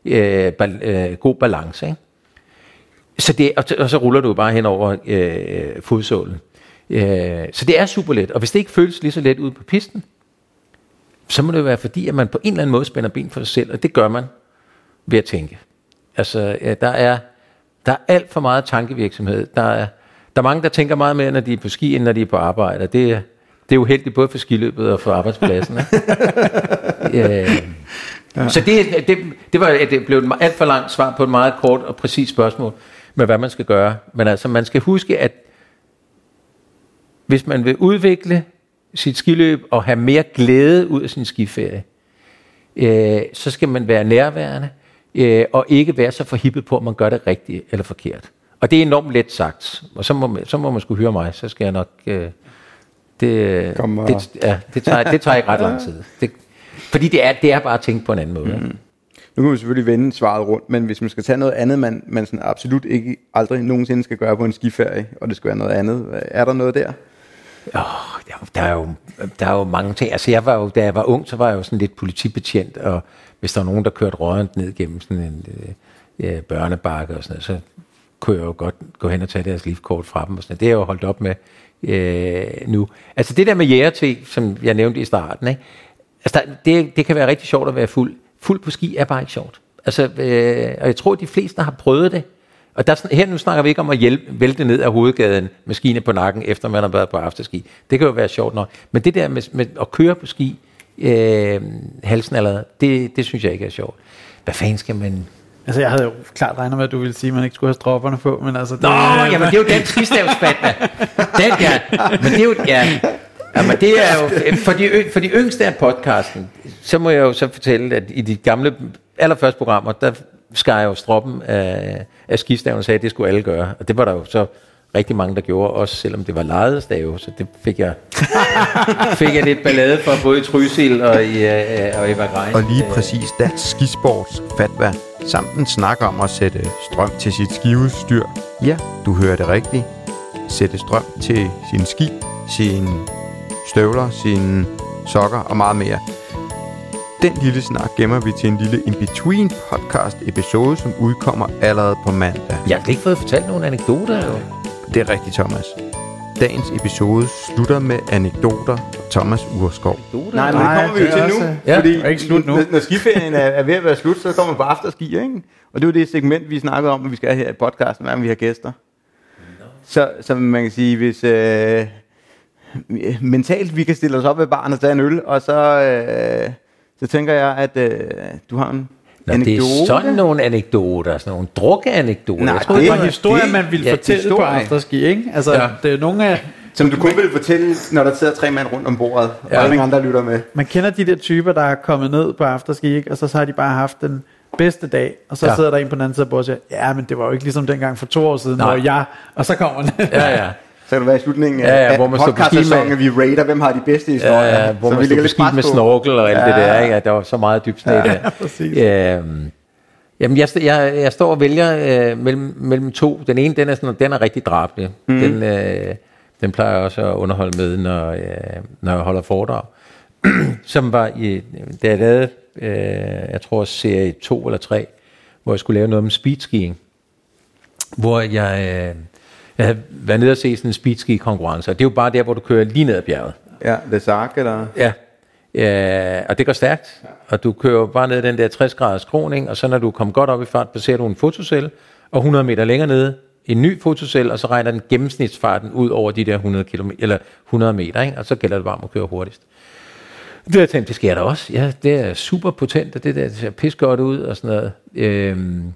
god balance. Ikke? Og så ruller du bare hen over fodsålen. Så det er super let, og hvis det ikke føles lige så let ude på pisten, så må det være fordi, at man på en eller anden måde spænder ben for sig selv, og det gør man ved at tænke. Altså, der er alt for meget tankevirksomhed. Der er mange, der tænker meget mere, når de er på ski, end når de er på arbejde. Det er uheldigt både for skiløbet og for arbejdspladsen. Så det blev et alt for langt svar på et meget kort og præcist spørgsmål med, hvad man skal gøre. Men altså, man skal huske, at hvis man vil udvikle sit skiløb og have mere glæde ud af sin skiferie, så skal man være nærværende og ikke være så forhippet på, om man gør det rigtigt eller forkert. Og det er enormt let sagt. Og så må man sgu høre mig, så skal jeg nok... Det tager ikke ret lang tid. Fordi det er bare at tænke på en anden måde. Mm. Nu kan vi selvfølgelig vende svaret rundt, men hvis man skal tage noget andet, man sådan absolut ikke aldrig nogensinde skal gøre på en skiferie, og det skal være noget andet, er der noget der? Der er jo mange ting. Altså da jeg var ung, så var jeg jo sådan lidt politibetjent, og hvis der var nogen, der kørte rørende ned gennem sådan en børnebakke og sådan noget, så kunne jeg jo godt gå hen og tage deres livkort fra dem og sådan noget. Det er jeg jo holdt op med nu. Altså det der med jægerting, som jeg nævnte i starten, ikke? Altså det kan være rigtig sjovt at være fuld. Fuld på ski er bare ikke sjovt. Altså, og jeg tror, de fleste har prøvet det. Og her nu snakker vi ikke om at vælte ned af hovedgaden med skiene på nakken, efter man har været på afterski. Det kan jo være sjovt nok. Men det der med at køre på ski, halsen allerede, det synes jeg ikke er sjovt. Hvad fanden skal man... Altså, jeg havde jo klart regnet med, at du ville sige, at man ikke skulle have stropperne på, men altså... Jamen det er jo den skistavsfat, den men det er jo... Jamen det er jo... For de yngste af podcasten, så må jeg jo så fortælle, at i de gamle, allerførste programmer, der skar jeg jo stroppen af skistaven og sagde, at det skulle alle gøre. Og det var der jo så rigtig mange, der gjorde, også selvom det var lejede stave, så det fik jeg lidt ballade for, både i Trysil og i Vagrein. Og lige præcis Dansk Skisports fatwa, samt en snak om at sætte strøm til sit skiudstyr. Ja, du hører det rigtigt. Sætte strøm til sine ski, sine støvler, sine sokker og meget mere. Den lille snak gemmer vi til en lille in-between podcast episode, som udkommer allerede på mandag. Jeg har ikke fået fortalt nogle anekdoter jo. Det er rigtigt, Thomas. Dagens episode slutter med anekdoter fra Thomas Urskov. Nej, men det kommer vi jo til nu. Ja. Fordi ikke slut nu. Når skiferien er ved at være slut, så kommer vi på afterski, ikke? Og det er jo det segment, vi snakkede om, at vi skal have her i podcasten, hver gang vi har gæster. Så man kan sige, hvis mentalt vi kan stille os op ved baren og tage en øl, og så tænker jeg, at du har en anekdote. Det er sådan nogle anekdoter, sådan nogle drukkeanekdoter. Nej, jeg tror, Det var historier, man ville fortælle på afterski, ikke? Altså, det er nogle af... Som du kun vil fortælle, når der sidder 3 mand rundt om bordet, og der er ingen andre, der lytter med. Man kender de der typer, der er kommet ned på afterski, ikke? Og så har de bare haft den bedste dag, og så sidder der en på den anden side af bordet og siger, ja, men det var jo ikke ligesom dengang for 2 år siden, hvor jeg... Og så kommer den. Ja. Så kan det være i slutningen af podcast-sæsonen, at vi rater, hvem har de bedste historier. Ja, hvor man står på ski med snorkel og alt det der, ikke? At der var så meget dybt sne der. Jamen, jeg står og vælger mellem to. Den ene, den er rigtig drabelig. Den plejer jeg også at underholde med, når jeg holder foredrag. Som var da jeg lavede, jeg tror serie 2 eller 3, hvor jeg skulle lave noget om speedskiing. Hvor jeg havde været nede og se sådan en speedski-konkurrence, og det er jo bare der, hvor du kører lige ned ad bjerget. Ja, det sagt, eller? Ja, og det går stærkt, og du kører bare ned den der 60-graders skråning, og så når du kommer godt op i fart, passerer du en fotocelle, og 100 meter længere nede, en ny fotocelle, og så regner den gennemsnitsfarten ud over de der 100 meter, ikke? Og så gælder det bare om at køre hurtigst. Det har jeg tænkt, det sker der også. Ja, det er super potent, og det ser pis godt ud, og sådan noget.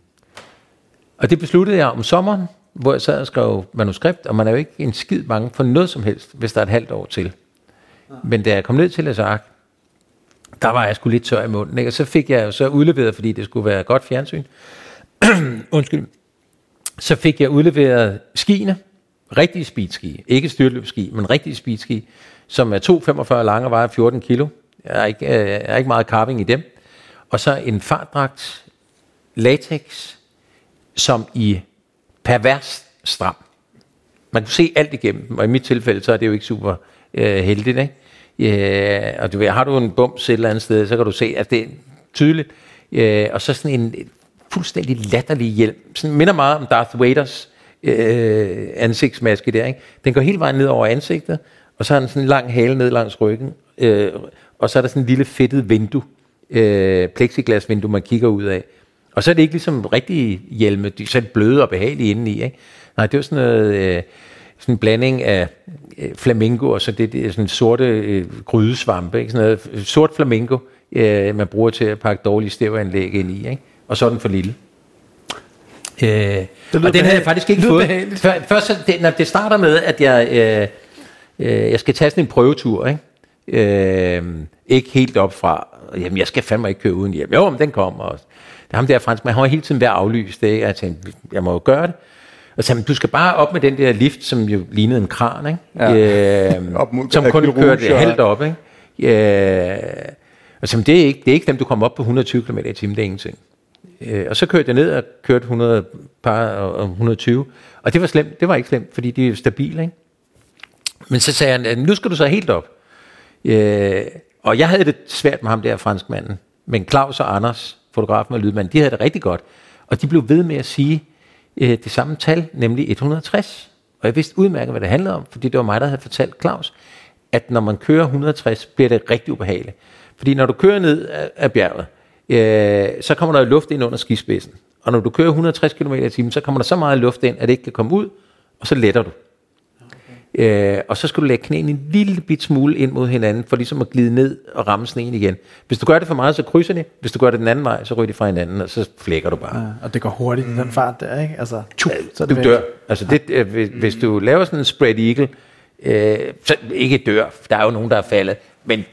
Og det besluttede jeg om sommeren, hvor jeg sad og skrev manuskript, og man er jo ikke en skid bange for noget som helst, hvis der er et halvt år til. Men da jeg kom ned til Les Arcs, der var jeg sgu lidt tør i munden, ikke? Og så fik jeg jo så udleveret, fordi det skulle være godt fjernsyn. Undskyld. Så fik jeg udleveret skiene, rigtige speedski, ikke styrtløbsski, men rigtige speedski, som er 2,45 lange og vejer 14 kilo. Jeg er ikke meget carving i dem. Og så en fartdragt, latex, som i pervers stram. Man kunne se alt igennem dem, og i mit tilfælde, så er det jo ikke super heldigt, ikke? Og du ved, har du en bums et eller andet sted, så kan du se, at det er tydeligt. Og så sådan en fuldstændig latterlig hjelm. Sådan minder meget om Darth Vaders ansigtsmaske der, ikke? Den går hele vejen ned over ansigtet, og så har den sådan en lang hale ned langs ryggen, og så er der sådan en lille fedtet vindue, plexiglasvindue, man kigger ud af. Og så er det ikke ligesom rigtige hjelme, de er sådan bløde og behagelige indeni, ikke? Nej, det er jo sådan noget, sådan en blanding af flamingo, og så det er sådan sorte grydesvampe, ikke? Sådan noget sort flamingo, man bruger til at pakke dårlige stævanlæg ind i, ikke? Og så er den for lille. Og den havde jeg faktisk ikke fået. Først det starter med, at jeg skal tage sådan en prøvetur, ikke? Ikke helt op fra, jamen jeg skal fandme ikke køre uden hjem. Jo, men den kommer også. Ham der fransk, man har hele tiden været aflyst, ikke? Jeg tænkte, jeg må jo gøre det. Og så du skal bare op med den der lift, som jo lignede en kran, ikke? Som kun kørte halvt op, ikke? Og så det er ikke dem, du kommer op på 120 km i timen, det er ingenting. Og så kørte jeg ned og kørte 100 par og 120, og det var slemt, det var ikke slemt, fordi de er stabile, ikke? Men så sagde han, nu skal du så helt op. Og jeg havde det svært med ham der, franskmanden. Men Claus og Anders, fotografen og lydmanden, de havde det rigtig godt. Og de blev ved med at sige det samme tal, nemlig 160. Og jeg vidste udmærket, hvad det handlede om, fordi det var mig, der havde fortalt Claus, at når man kører 160, bliver det rigtig ubehageligt. Fordi når du kører ned af bjerget, så kommer der luft ind under skispidsen. Og når du kører 160 km i timen, så kommer der så meget luft ind, at det ikke kan komme ud, og så letter du. Og så skal du lægge knæene en lille bit smule ind mod hinanden, for ligesom at glide ned og ramme sneen igen. Hvis du gør det for meget, så krydser de. Hvis du gør det den anden vej, så ryger de fra hinanden, og så flækker du bare. Ja, og det går hurtigt i den fart der, ikke? Altså, så du dør. Altså hvis du laver sådan en spread eagle, så ikke dør. Der er jo nogen, der er faldet. Men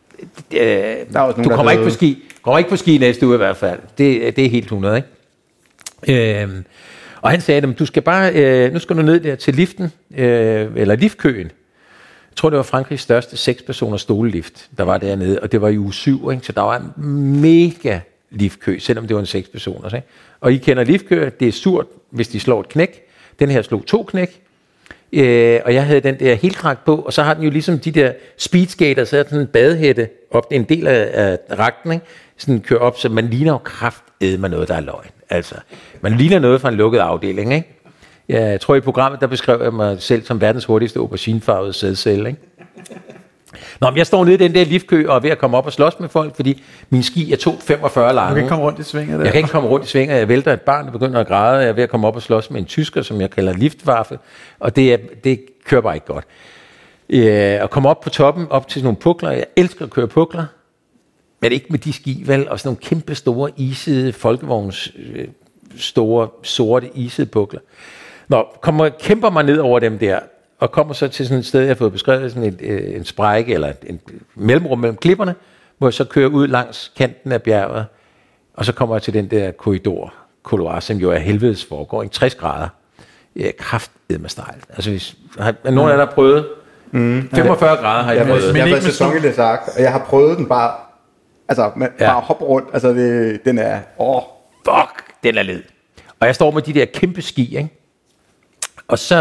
du kommer ikke på ski næste uge i hvert fald. Det er helt 100, ikke? Og han sagde, at du skal bare, nu skal du ned der til liften, eller liftkøen. Jeg tror, det var Frankrigs største 6-personers stolelift, der var dernede, og det var i uge 7, ikke? Så der var en mega liftkø, selvom det var en 6-personers. Ikke? Og I kender liftkøer, det er surt, hvis de slår et knæk. Den her slog 2 knæk, og jeg havde den der heldragt på, og så har den jo ligesom de der speedskater, så er sådan en badehætte op, en del af ragten, ikke? Sådan kører op, så man ligner jo kraftedme noget, der er løgn. Altså, man ligner noget fra en lukket afdeling, ikke? Jeg tror i programmet, der beskrev jeg mig selv som verdens hurtigste auberginefarvede sædcelle, ikke? Nå, men jeg står nede i den der liftkø og er ved at komme op og slås med folk, fordi min ski er 2,45 lange. Du kan ikke komme rundt i svinget der. Jeg kan ikke komme rundt i svinget. Jeg vælter et barn, der begynder at græde. Jeg er ved at komme op og slås med en tysker, som jeg kalder Liftwaffe, og det kører bare ikke godt. At komme op på toppen, op til sådan nogle pukler. Jeg elsker at køre pukler, men ikke med de ski, vel? Og sådan nogle kæmpe store isede folkevogns store sorte isede pukler. Nå, kæmper mig ned over dem der, og kommer så til sådan et sted, jeg har fået beskrevet, sådan en sprække, eller en mellemrum mellem klipperne, hvor jeg så kører ud langs kanten af bjerget, og så kommer jeg til den der korridor, couloir, som jo er helvedes foregår, 60 grader. Kraftedme stejlt. Altså, hvis nogen af jer, der har prøvet 45 grader, har jeg prøvet. Jeg har været sæson i Les Arcs, og jeg har prøvet den bare, altså, bare hoppe rundt, altså, den er, fuck, den er led. Og jeg står med de der kæmpe ski, ikke? Og så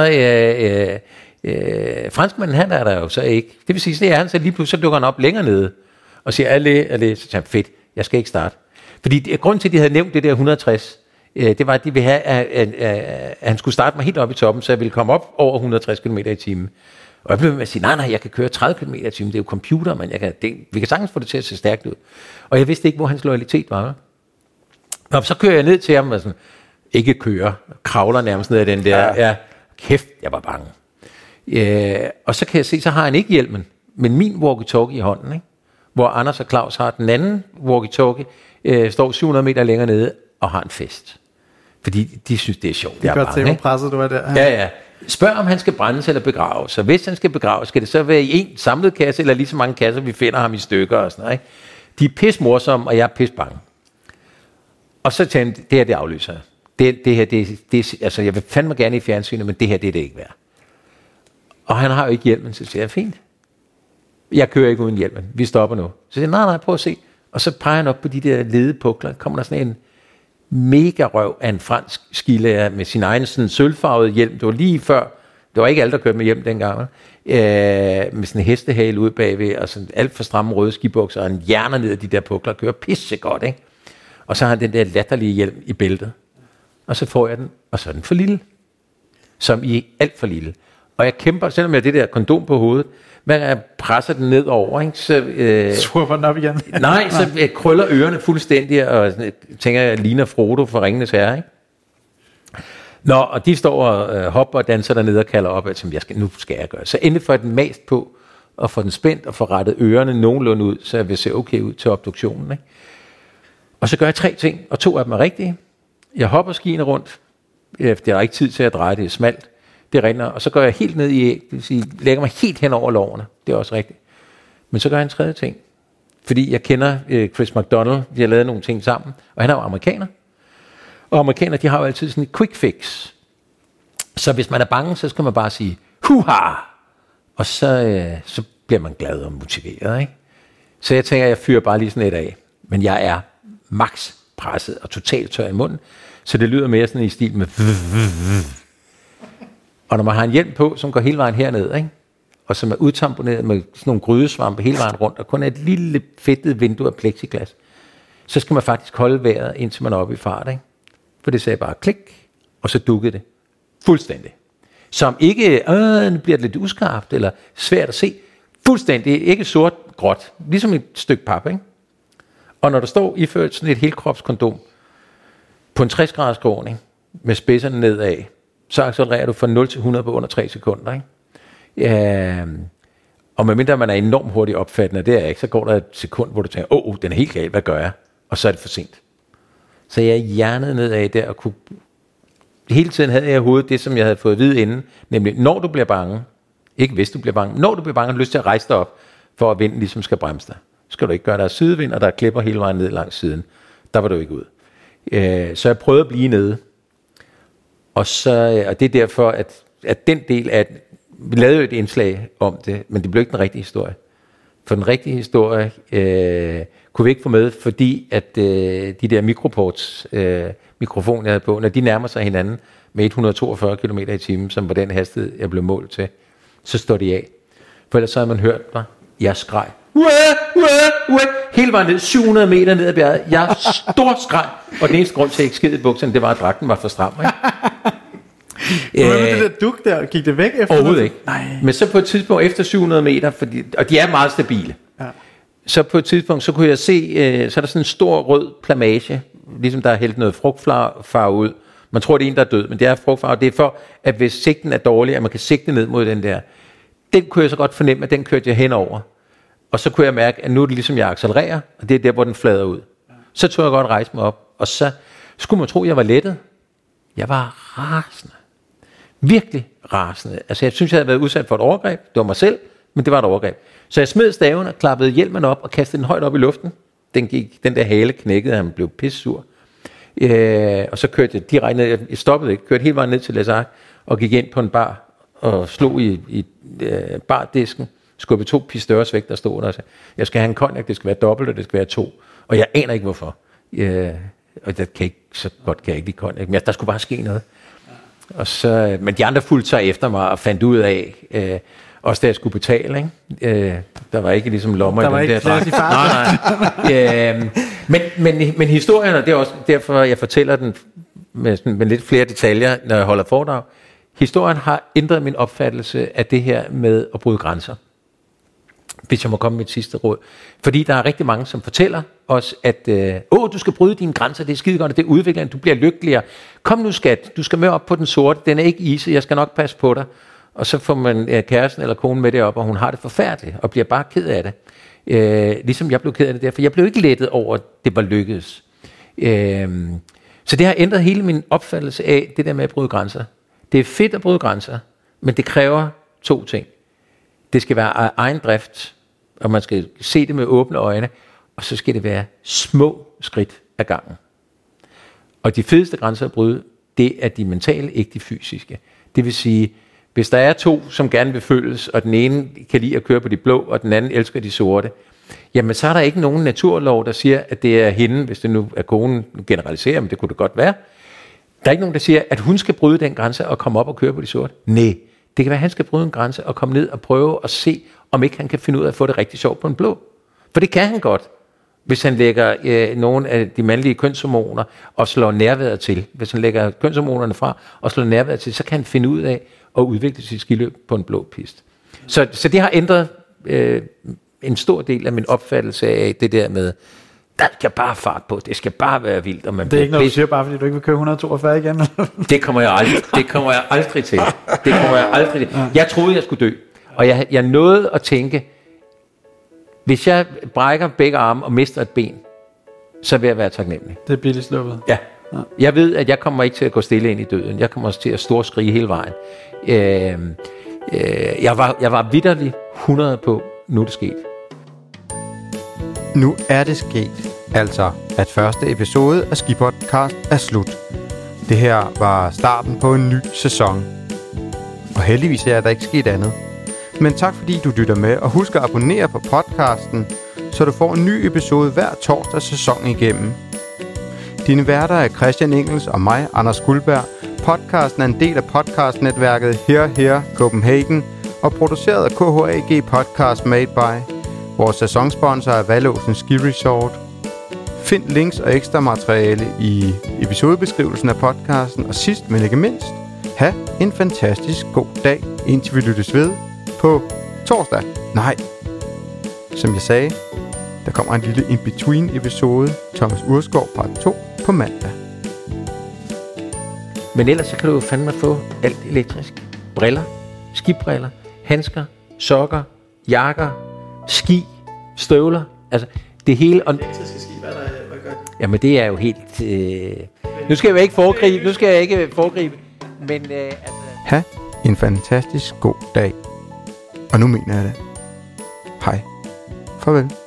franskmanden, han er der jo så ikke. Det vil sige, det er han, så lige pludselig så dukker han op længere nede, og siger, allé, så siger han, fedt, jeg skal ikke starte. Fordi grunden til, at de havde nævnt det der 160, det var, at de ville have, at han skulle starte mig helt op i toppen, så jeg ville komme op over 160 km i timen. Og jeg blev med at sige, nej, jeg kan køre 30 km i timen, det er jo computer, men vi kan sagtens få det til at se stærkt ud. Og jeg vidste ikke, hvor hans loyalitet var. Og så kører jeg ned til ham og sådan, ikke kører, kravler nærmest ned af den der, ja, kæft, jeg var bange. Og så kan jeg se, så har han ikke hjelmen, men min walkie-talkie i hånden, ikke? Hvor Anders og Claus har den anden walkie-talkie, står 700 meter længere nede og har en fest. Fordi de synes, det er sjovt. Det kan godt se, hvor presset du er der. Ja. Spørg, om han skal brændes eller begraves. Så hvis han skal begraves, skal det så være i en samlet kasse, eller lige så mange kasser, vi finder ham i stykker og sådan noget, ikke? De er pis morsomme, og jeg er pis bange. Og så tænkte jeg, det her, det aflyser jeg. Det her, altså jeg vil fandme gerne i fjernsynet, men det her, det er det ikke værd. Og han har jo ikke hjelmen, så siger jeg, fint. Jeg kører ikke uden hjelmen, vi stopper nu. Så siger jeg, nej, prøv at se. Og så peger han op på de der ledepukler, kommer der sådan en mega røv af en fransk skilærer med sin egen sådan sølvfarvede hjelm. Det var lige før, det var ikke alle, der kørte med hjelm dengang, med sådan en hestehale ude bagved, og sådan alt for stramme røde skibukser, og en hjerner ned af de der pukler, kører pisse godt, ikke? Og så har han den der latterlige hjelm i bæltet. Og så får jeg den, og så er den for lille. Som i alt for lille. Og jeg kæmper, selvom jeg har det der kondom på hovedet, men jeg presser den ned over, ikke? Så swurper den op igen. Nej, så jeg krøller ørerne fuldstændig, og tænker, jeg ligner Frodo fra Ringenes Herre, ikke? Nå, og de står og hopper og danser dernede og kalder op, at nu skal jeg gøre. Så endelig får jeg den mast på, og får den spændt, og får rettet ørerne nogenlunde ud, så jeg vil se okay ud til obduktionen, ikke? Og så gør jeg 3 ting, og 2 af dem er rigtige. Jeg hopper skiene rundt, det er ikke tid til at dreje, det er smalt, det regner, og så går jeg helt ned i æg, det vil sige, lægger mig helt hen over lårene, det er også rigtigt. Men så gør jeg en 3. ting, fordi jeg kender Chris McDonald, de har lavet nogle ting sammen, og han er jo amerikaner, og amerikanere, de har jo altid sådan et quick fix. Så hvis man er bange, så skal man bare sige, huha! Og så bliver man glad og motiveret, ikke? Så jeg tænker, jeg fyrer bare lige sådan et af. Men jeg er max presset og totalt tør i munden, så det lyder mere sådan i stil med og når man har en hjelm på, som går hele vejen herned, ikke? Og som er udtamponeret med sådan nogle grydesvampe hele vejen rundt, og kun er et lille fedtet vindue af plexiglas, så skal man faktisk holde vejret, indtil man er oppe i fart, ikke? For det sagde bare klik, og så dukkede det fuldstændig. Som ikke, nu bliver det lidt uskarpt, eller svært at se. Fuldstændig, ikke sort-gråt, ligesom et stykke pap, ikke? Og når der står iført sådan et helkropskondom på en 60 graders skråning, med spidserne nedad, så accelererer du fra 0 til 100 på under 3 sekunder, ikke? Og medmindre man er enormt hurtigt opfattende, det er ikke, så går der et sekund, hvor du tænker, den er helt gal, hvad gør jeg? Og så er det for sent. Så jeg hjernede nedad der, og kunne... Hele tiden havde jeg i hovedet det, som jeg havde fået at vide inden, nemlig, når du bliver bange, ikke hvis du bliver bange, når du bliver bange, har du lyst til at rejse dig op, for at vinden ligesom skal bremse dig. Skal du ikke gøre, der er sidevind, og der er klipper hele vejen ned langs siden. Der var du ikke ud. Så jeg prøvede at blive nede. Og det er derfor, at den del af... Vi lavede jo et indslag om det, men det blev ikke den rigtige historie. For den rigtige historie kunne vi ikke få med, fordi at de der mikrofoner, jeg havde på, når de nærmer sig hinanden med 142 km i timen, som var den hastighed, jeg blev målt til, så står de af. For ellers så havde man hørt mig. Jeg skreg. Hele vejen ned, 700 meter ned ad bjerget. Jeg skreg. Og den eneste grund til, at jeg ikke skidede i bukserne, det var, at dragten var for stram. Ikke? Hvad med det der duk der? Gik det væk efter? Overhovedet ikke. Nej. Men så på et tidspunkt efter 700 meter, og de er meget stabile. Ja. Så på et tidspunkt, så kunne jeg se, så er der sådan en stor rød plamage, ligesom der er hældt noget frugtfarve ud. Man tror, det er en, der er død, men det er frugtfarve. Det er for, at hvis sigten er dårlig, at man kan sigte ned mod den der. Den kunne jeg så godt fornemme, at den kørte jeg henover. Og så kunne jeg mærke, at nu er det ligesom, jeg accelererer, og det er der, hvor den flader ud. Så tog jeg godt rejse mig op, og så skulle man tro, at jeg var lettet. Jeg var rasende. Virkelig rasende. Altså, jeg synes, jeg havde været udsat for et overgreb. Det var mig selv, men det var et overgreb. Så jeg smed staven og klappede hjelmen op og kastede den højt op i luften. Den der hale knækkede, han blev pissur. Og så kørte jeg direkte ned. Jeg stoppede ikke. Kørte hele vejen ned til Les Arcs og gik ind på en bar og slog i bardisken. Skubbede 2 pisteurs væk, der stod der og sagde, jeg skal have en cognac, det skal være dobbelt, og det skal være 2. Og jeg aner ikke, hvorfor. Og det kan ikke, så godt kan jeg ikke lide cognac, men der skulle bare ske noget. Og så, men de andre fulgte sig efter mig og fandt ud af, også da jeg skulle betale, ikke? Der var ikke ligesom lommer der i var den ikke der dragt. Men historien, og det er også derfor, jeg fortæller den med lidt flere detaljer, når jeg holder foredrag. Historien har ændret min opfattelse af det her med at bryde grænser. Hvis jeg må komme med et sidste råd. Fordi der er rigtig mange, som fortæller os, at du skal bryde dine grænser, det er skide godt, og det udvikler, du bliver lykkeligere. Kom nu skat, du skal med op på den sorte, den er ikke iset, jeg skal nok passe på dig. Og så får man kæresten eller konen med det op, og hun har det forfærdeligt, og bliver bare ked af det. Ligesom jeg blev ked af det der, for jeg blev ikke lettet over, at det var lykkedes. Så det har ændret hele min opfattelse af det der med at bryde grænser. Det er fedt at bryde grænser, men det kræver 2 ting. Det skal være af egen drift, og man skal se det med åbne øjne, og så skal det være små skridt ad gangen. Og de fedeste grænser at bryde, det er de mentale, ikke de fysiske. Det vil sige, hvis der er 2, som gerne vil følges, og den ene kan lide at køre på de blå, og den anden elsker de sorte, jamen så er der ikke nogen naturlov, der siger, at det er hende, hvis det nu er konen, generaliserer, men det kunne det godt være. Der er ikke nogen, der siger, at hun skal bryde den grænse og komme op og køre på de sorte. Nej. Det kan være, at han skal bryde en grænse og komme ned og prøve at se, om ikke han kan finde ud af at få det rigtig sjovt på en blå. For det kan han godt, hvis han lægger nogle af de mandlige kønshormoner og slår nærværet til. Hvis han lægger kønshormonerne fra og slår nærværet til, så kan han finde ud af at udvikle sit skiløb på en blå pist. Så det har ændret en stor del af min opfattelse af det der med, der skal bare fart på, det skal bare være vildt. Og man det er ikke noget, du siger, bare fordi du ikke vil køre 142 igen? Det kommer jeg aldrig til. Jeg troede, jeg skulle dø. Og jeg nåede at tænke, hvis jeg brækker begge arme og mister et ben, så vil jeg være taknemmelig. Det er billigt sluppet. Ja. Jeg ved, at jeg kommer ikke til at gå stille ind i døden. Jeg kommer også til at storskrige hele vejen. Jeg var vitterlig 100 på, nu er det sket. Nu er det sket. Altså, at første episode af Skipodcast er slut. Det her var starten på en ny sæson. Og heldigvis er der ikke sket andet. Men tak fordi du lytter med, og husk at abonnere på podcasten, så du får en ny episode hver torsdag sæson igennem. Dine værter er Christian Engels og mig, Anders Guldberg. Podcasten er en del af podcastnetværket Here Copenhagen og produceret af KHAG Podcast Made By. Vores sæsonsponsor er Vallåsen Ski Resort. Find links og ekstra materiale i episodebeskrivelsen af podcasten, og sidst men ikke mindst, ha' en fantastisk god dag, indtil vi lyttes ved på torsdag. Nej, som jeg sagde, der kommer en lille in-between episode, Thomas Urskov part 2 på mandag. Men ellers så kan du jo fandme få alt elektrisk. Briller, skibriller, handsker, sokker, jakker, ski, støvler. Altså det hele. Elektriske ski, hvad gør de? Jamen det er jo helt... Nu skal jeg ikke foregribe. Men altså... Ha' en fantastisk god dag. Og nu mener jeg det. Hej. Farvel.